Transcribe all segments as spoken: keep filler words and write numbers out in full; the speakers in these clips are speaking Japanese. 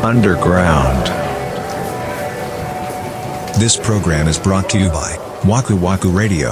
underground. This program is brought to you by Waku Waku Radio.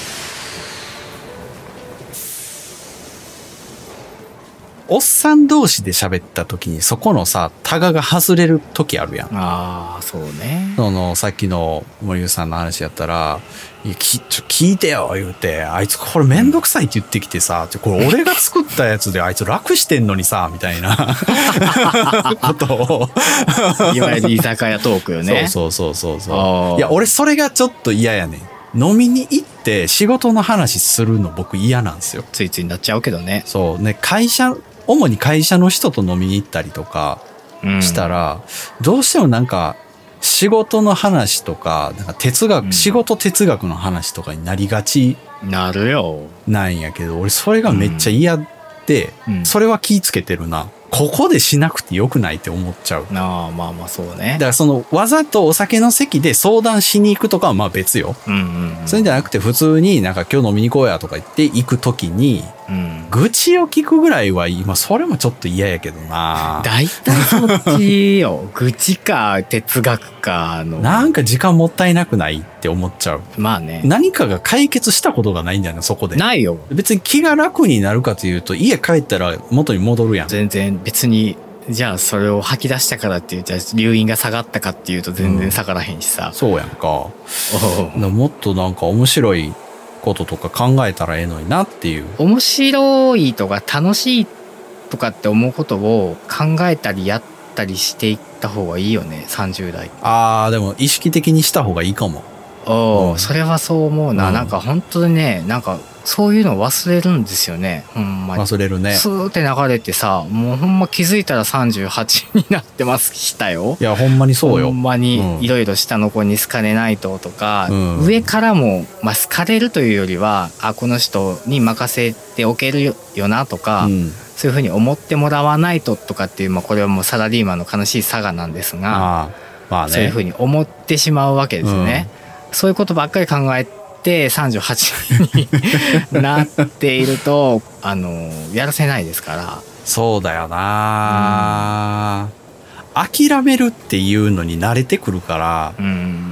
おっさん同士で喋った時にそこのさタガが外れる時あるやん。 ああそうね。 そのさっきの森生さんの話やったら「いやきちょ聞いてよ」言うて「あいつこれめんどくさいって言ってきてさこれ俺が作ったやつであいつ楽してんのにさ」みたいなことをいわゆる居酒屋トークよね。 そうそうそうそうそう。いや俺それがちょっと嫌やねん。飲みに行って仕事の話するの僕嫌なんですよ。 ついついになっちゃうけどね。 そうね、会社主に会社の人と飲みに行ったりとかしたら、うん、どうしてもなんか仕事の話とか、なんか哲学、うん、仕事哲学の話とかになりがちなるよなんやけど、俺それがめっちゃ嫌で、うん、それは気ぃつけてるな。ここでしなくてよくないって思っちゃう。 ああまあまあそうね。 だからそのわざとお酒の席で相談しに行くとかはまあ別よ。うんうんうん、それじゃなくて普通になんか今日飲みに行こうやとか言って行くときに、うん、愚痴を聞くぐらいは今それもちょっと嫌やけどな。 大体そっちよ。愚痴か哲学かの。 なんか時間もったいなくないって思っちゃう。 まあね。 何かが解決したことがないんだよねそこで。 ないよ。 別に気が楽になるかというと家帰ったら元に戻るやん。 全然別に。じゃあそれを吐き出したからっていうじゃあ留飲が下がったかっていうと全然下がらへんしさ、 うん、そうやんか。もっとなんか面白いこととか考えたらええのになっていう。 面白いとか楽しいとかって思うことを考えたりやったりしていった方がいいよねさんじゅう代。 あーでも意識的にした方がいいかも。 お、うん、それはそう思うな、うん、なんか本当にねなんかそういうの忘れるんですよねほんまに。 忘れるね。 スーって流れてさもうほんま気づいたらさんじゅうはちになってましたよ。 いやほんまにそうよ。 ほんまにいろいろ下の子に好かれないととか、うん、上からも、まあ、好かれるというよりはあこの人に任せておけるよなとか、うん、そういうふうに思ってもらわないととかっていう、まあ、これはもうサラリーマンの悲しい差がなんですが、 あ、まあね、 そういうふうに思ってしまうわけですね、うん、そういうことばっかり考えてさんじゅうはちになっているとあのやらせないですから。 そうだよな、うん、諦めるっていうのに慣れてくるから、うん、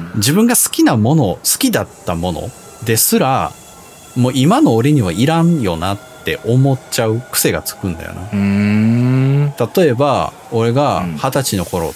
自分が好きなもの好きだったものですらもう今の俺にはいらんよなって思っちゃう癖がつくんだよな。うーん、例えば俺が二十歳の頃って、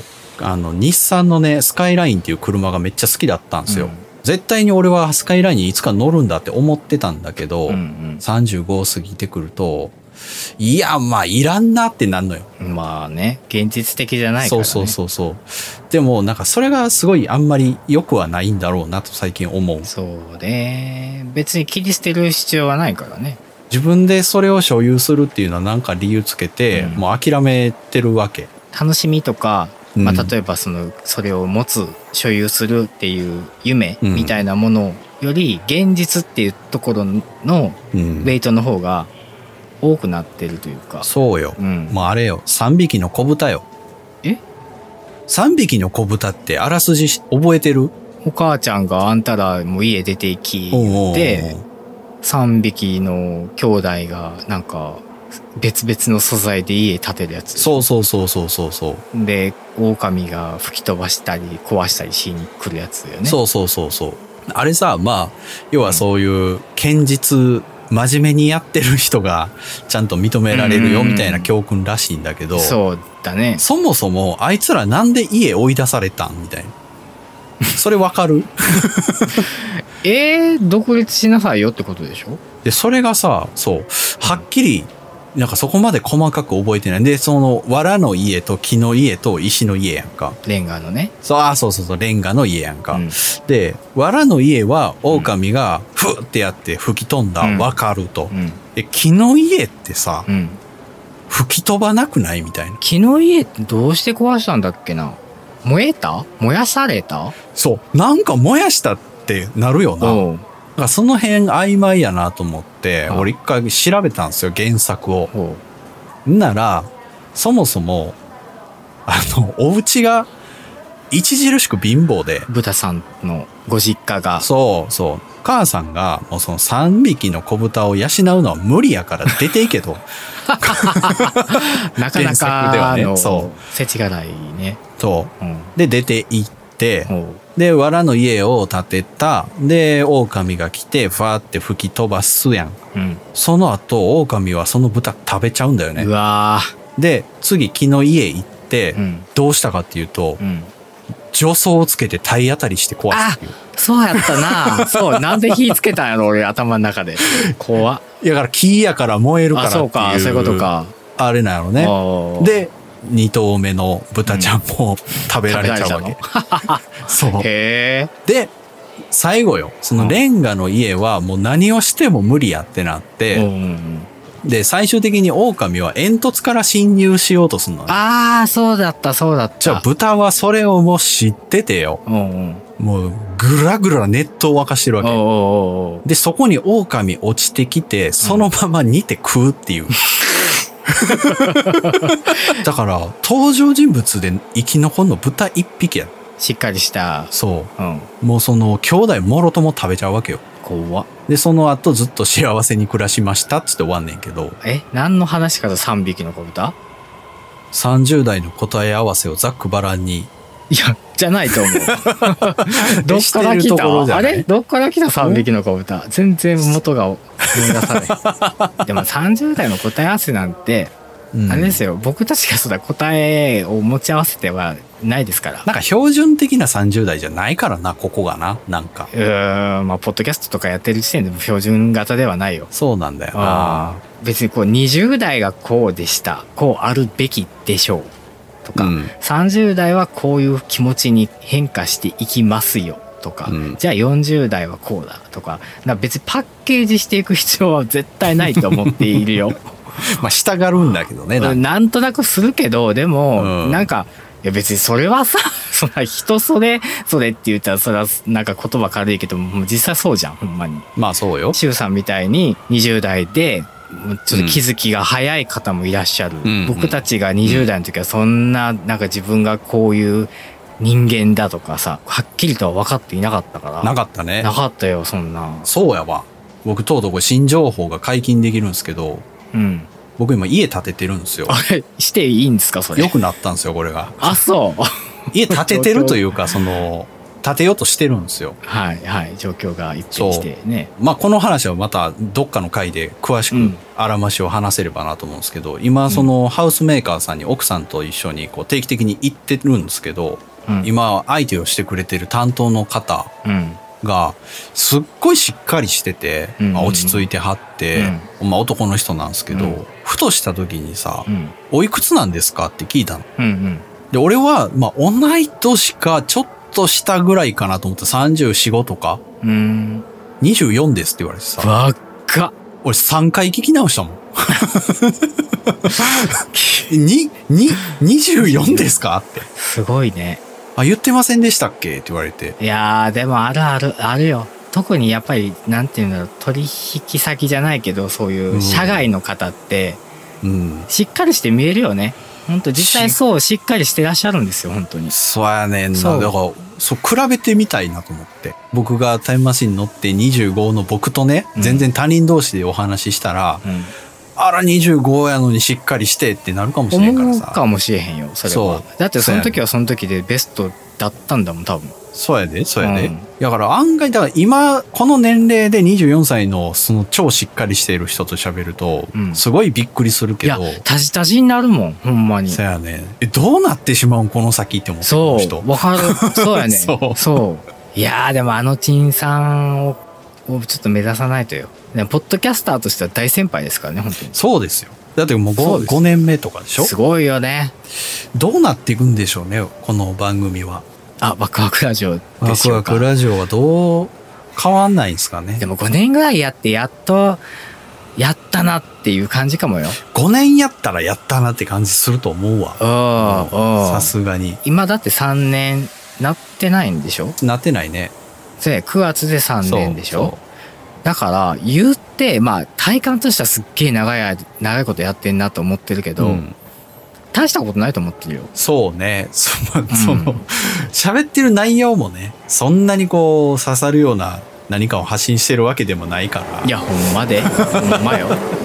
うん、あの日産のねスカイラインっていう車がめっちゃ好きだったんですよ、うん、絶対に俺はスカイラインにいつか乗るんだって思ってたんだけど、うんうん、さんじゅうご過ぎてくるといやまあいらんなってなんのよ。 まあね現実的じゃないからね。 そうそうそうそう。でもなんかそれがすごいあんまり良くはないんだろうなと最近思う。 そうね、別に切り捨てる必要はないからね。 自分でそれを所有するっていうのはなんか理由つけて、うん、もう諦めてるわけ。 楽しみとか、まあ、例えばそのそれを持つ所有するっていう夢みたいなものより現実っていうところのウェイトの方が多くなってるというか。 そうよ、うん、もうあれよさんびきの子豚よ。 えさんびきの子豚ってあらすじ覚えてる？ お母ちゃんがあんたらもう家出て行きでさんびきの兄弟がなんか別々の素材で家建てるやつ。 そうそうそうそうそうそう。 で狼が吹き飛ばしたり壊したりしに来るやつよね。 そうそうそうそう。あれさ、まあ要はそういう堅実真面目にやってる人がちゃんと認められるよみたいな教訓らしいんだけど、 そうだね。 そもそもあいつらなんで家追い出されたんみたいな。それわかる？ えー、独立しなさいよってことでしょ。 でそれがさ、そうはっきりなんかそこまで細かく覚えてない。でその藁の家と木の家と石の家やんか。 レンガのね。 そう、あ、そうそうそう、レンガの家やんか、うん、で藁の家は狼がフーってやって吹き飛んだ、うん、分かると、うん、で木の家ってさ、うん、吹き飛ばなくないみたいな。 木の家ってどうして壊したんだっけな。燃えた？燃やされた？そうなんか燃やしたってなるよな。だからその辺曖昧やなと思って俺一回調べたんですよ原作を。ならそもそもあのお家が著しく貧乏で、 豚さんのご実家が、 そうそう母さんがもうそのさんびきの子豚を養うのは無理やから出ていけとなかなかではね、 のそう世知辛いね。 そう、 うん、 で出て行ってで藁の家を建てたで狼が来てファーって吹き飛ばすやん、うん、その後狼はその豚食べちゃうんだよね。 うわで次木の家行って、うん、どうしたかっていうと、うん、助走をつけて体当たりして壊すっていう。 あ、そうやったな。そうなんで火つけたんやろ俺頭の中で。怖っ。 いやだから木やから燃えるからっていう。 あ、そうか、そういうことか。 あれなんやろね。でに頭目の豚ちゃんも食べられちゃうわけ。そう。 へー。 で最後よ、そのレンガの家はもう何をしても無理やってなって、うん、で最終的に狼は煙突から侵入しようとするのね。 ああ、そうだったそうだった。 じゃあ豚はそれをもう知っててよ、うんうん、もうぐらぐら熱湯を沸かしてるわけ。おうおうおう。でそこに狼落ちてきてそのまま煮て食うっていう、うん、だから登場人物で生き残るの豚一匹や。 しっかりした。 そう、うん、もうその兄弟もろとも食べちゃうわけよ。 怖っ。 でその後ずっと幸せに暮らしましたっつって終わんねんけど。 え、何の話からさんびきの子豚？ さんじゅう代の答え合わせをざっくばらんに。 いや、じゃないと思う。どっから来た？あれ？どっから来たさんびきの子豚？全然元が思い出さない。でもさんじゅう代の答え合わせなんて、うん、あれですよ、僕たちがそうだ答えを持ち合わせてはないですから。 なんか標準的なさんじゅう代じゃないからな、ここがな、なんか。 うーん、まあポッドキャストとかやってる時点でも標準型ではないよ。 そうなんだよな。 別にこうにじゅう代がこうでした、こうあるべきでしょうとか、うん、さんじゅう代はこういう気持ちに変化していきますよとか、うん、じゃあよんじゅう代はこうだとか、なんか別にパッケージしていく必要は絶対ないと思っているよ。 まあ従うんだけどね。 なん、なんとなくするけど、でも、うん、なんかいや別にそれはさ、そんな人それそれって言ったらそれはなんか言葉軽いけど、もう実際そうじゃん、ほんまに。 まあそうよ。 周さんみたいににじゅう代でちょっと気づきが早い方もいらっしゃる。うん、僕たちがにじゅう代の時はそんななんか自分がこういう人間だとかさ、はっきりとは分かっていなかったから。 なかったね。 なかったよ、そんな。 そうやわ。僕とうとうこれ新情報が解禁できるんですけど、うん、僕今家建ててるんですよ。 あれしていいんですかそれ？ よくなったんですよこれが。 あ、そう。 家建ててるというかその建てようとしてるんですよ。 はいはい、状況が一変してね。 まあこの話はまたどっかの回で詳しくあらましを話せればなと思うんですけど、今そのハウスメーカーさんに奥さんと一緒にこう定期的に行ってるんですけど、うん、今相手をしてくれてる担当の方がすっごいしっかりしてて、うん、まあ、落ち着いてはって、うんまあ、男の人なんですけど、うん、ふとした時にさ、うん、おいくつなんですかって聞いたの。うんうん、で俺はまあ同い年かちょっと下ぐらいかなと思ってさんじゅうよん、ごとか、うん、にじゅうよんですって言われてさ、 わっか俺さんかい聞き直したもん。に、に、にじゅうよんですかって。 すごいね。 あ、言ってませんでしたっけって言われて。 いやーでもあるあるあるよ。特にやっぱりなんていうんだろう、取引先じゃないけどそういう社外の方って、うん、しっかりして見えるよね。本当実際そうしっかりしてらっしゃるんですよ本当に。 そうやねんな。だからそう比べてみたいなと思って。僕がタイムマシンに乗ってにじゅうごの僕とね、うん、全然他人同士でお話ししたら、うん、あらにじゅうごやのにしっかりしてってなるかもしれんからさ。 思うかもしれへんよそれは。だってその時はその時でベストだったんだもん多分。 そうやでそうやで、うん、だから案外だから今この年齢でにじゅうよんさいのその超しっかりしている人と喋ると、うん、すごいびっくりするけど、 いやタジタジになるもんほんまに。 そうやね。えどうなってしまうんこの先って思ってる人。 そうわかる。そうやね。そうそういやーでもあの陳さんををちょっと目指さないとよ。ポッドキャスターとしては大先輩ですからね本当に。そうですよ。 だってもう 5, ごねんめとかでしょ。 すごいよね。 どうなっていくんでしょうねこの番組は。 あ、ワクワクラジオでしょうか。 ワクワクラジオはどう変わんないんですかね。 でもごねんぐらいやってやっとやったなっていう感じかもよ。 ごねんやったらやったなって感じすると思うわ。さすがに。 今だってさんねんなってないんでしょ。 なってないね。 でくがつでさんねんでしょ。そうそうだから言ってまあ体感としてはすっげえ長い長いことやってんなと思ってるけど、うん、大したことないと思ってるよ。そうね。そ, その喋、うん、ってる内容もねそんなにこう刺さるような何かを発信してるわけでもないから。いやほんまでほんまよ。